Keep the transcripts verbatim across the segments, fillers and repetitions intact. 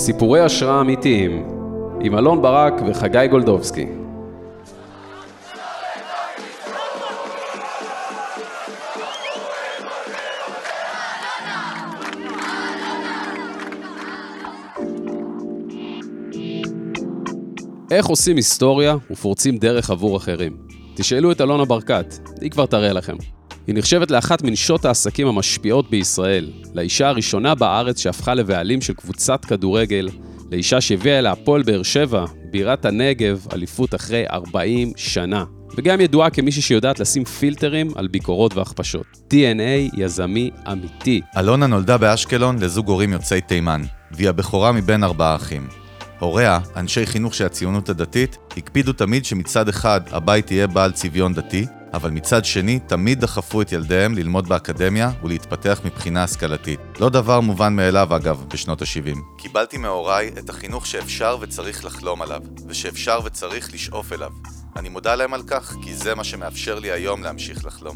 סיפורי השראה אמיתיים עם אלון ברק וחגי גולדובסקי. איך עושים היסטוריה ופורצים דרך עבור אחרים? תשאלו את אלונה ברקת, היא כבר תראה לכם. היא נחשבת לאחת מנשות העסקים המשפיעות בישראל, לאישה הראשונה בארץ שהפכה לבעלים של קבוצת כדורגל, לאישה שהביאה אל הפועל באר שבע, בירת הנגב, אליפות אחרי ארבעים שנה. וגם ידועה כמישהי שיודעת לשים פילטרים על ביקורות והכפשות. די אן איי יזמי אמיתי. אלונה נולדה באשקלון לזוג הורים יוצאי תימן, והיא הבכורה מבין ארבעה אחים. הוריה, אנשי חינוך של הציונות הדתית, הקפידו תמיד שמצד אחד הבית יהיה בעל צביון דתי, אבל מצד שני תמיד דחפו את ילדיהם ללמוד באקדמיה ולהתפתח מבחינה השכלתית. לא דבר מובן מאליו אגב בשנות ה-שבעים. קיבלתי מהוריי את החינוך שאפשר וצריך לחלום עליו, ושאפשר וצריך לשאוף אליו. אני מודה להם על כך כי זה מה שמאפשר לי היום להמשיך לחלום.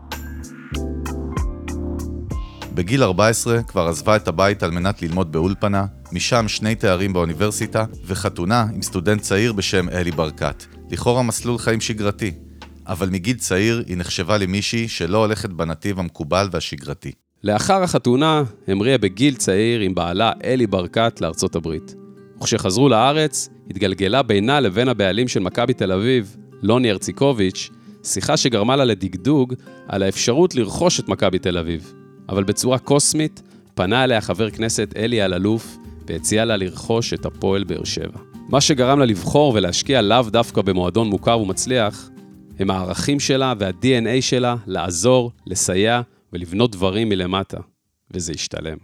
בגיל ארבע עשרה כבר עזבה את הבית על מנת ללמוד באולפנה, משם שני תארים באוניברסיטה וחתונה עם סטודנט צעיר בשם אלי ברקת. לכאורה מסלול חיים שגרתי, אבל מגיל צעיר היא נחשבה למישהי שלא הולכת בנתיב המקובל והשגרתי. לאחר החתונה המריאה בגיל צעיר עם בעלה אלי ברקת לארצות הברית. וכשחזרו לארץ התגלגלה בינה לבין הבעלים של מכבי תל אביב, לוני הרציקוביץ', שיחה שגרמה לה לדגדוג על האפשרות לרכוש את מכבי תל אביב. אבל בצורה קוסמית פנה אליה חבר כנסת אלי אלאלוף והציע לה לרכוש את הפועל באר שבע. מה שגרם לה לבחור ולהשקיע לאו דווקא במועדון מוכר ומצליח, הם הערכים שלה וה-די אן איי שלה לעזור, לסייע ולבנות דברים מלמטה. וזה ישתלם.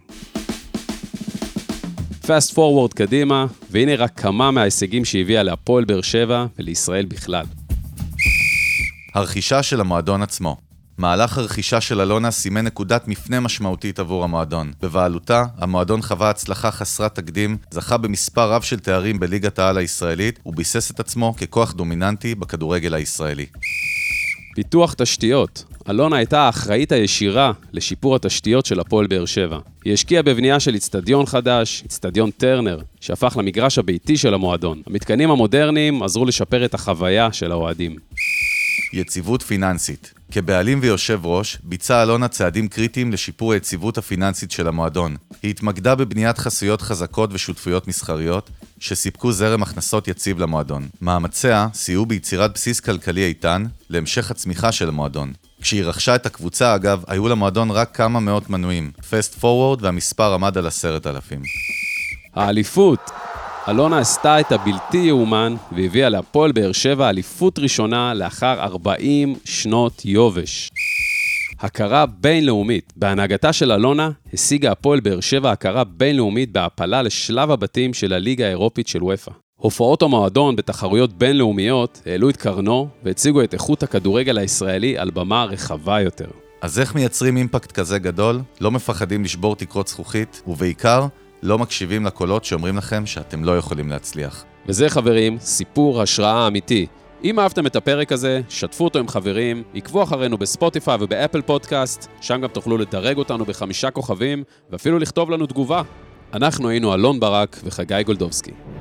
פאסט פורוורד קדימה, והנה רק כמה מההישגים שהביאה להפועל באר שבע ולישראל בכלל. הרכישה של המועדון עצמו. מהלך הרכישה של אלונה סימן נקודת מפנה משמעותית עבור המועדון. בבעלותה, המועדון חווה הצלחה חסרת תקדים, זכה במספר רב של תארים בליגת העל הישראלית, וביסס את עצמו ככוח דומיננטי בכדורגל הישראלי. פיתוח תשתיות. אלונה הייתה האחראית הישירה לשיפור התשתיות של הפועל באר שבע. היא השקיעה בבנייה של אצטדיון חדש, אצטדיון טרנר, שהפך למגרש הביתי של המועדון. המתקנים המודרניים עזרו לשפר את החוויה של האוהדים. יציבות פיננסית. כבעלים ויושב ראש, ביצעה אלונה צעדים קריטיים לשיפור היציבות הפיננסית של המועדון. היא התמקדה בבניית חסויות חזקות ושותפויות מסחריות, שסיפקו זרם הכנסות יציב למועדון. מאמציה סייעו ביצירת בסיס כלכלי איתן להמשך הצמיחה של המועדון. כשהיא רכשה את הקבוצה, אגב, היו למועדון רק כמה מאות מנויים. פאסט פורוורד והמספר עמד על עשרת אלפים. האליפות. אלונה עשתה את הבלתי יאומן והביאה להפועל באר שבע אליפות ראשונה לאחר ארבעים שנות יובש. הכרה בינלאומית. בהנהגתה של אלונה השיגה הפועל באר שבע הכרה בינלאומית בהעפלה לשלב הבתים של הליגה האירופית של וופא. הופעות המועדון בתחרויות בינלאומיות העלו את קרנו והציגו את איכות הכדורגל הישראלי על במה רחבה יותר. אז איך מייצרים אימפקט כזה גדול? לא מפחדים לשבור תקרות זכוכית, ובעיקר לא מקשיבים לקולות שאומרים לכם שאתם לא יכולים להצליח. וזה חברים, סיפור השראה אמיתי. אם אהבתם את הפרק הזה, שתפו אותו עם חברים, עקבו אחרינו בספוטיפיי ובאפל פודקאסט, שם גם תוכלו לדרג אותנו בחמישה כוכבים, ואפילו לכתוב לנו תגובה. אנחנו היינו אלון ברק וחגי גולדובסקי.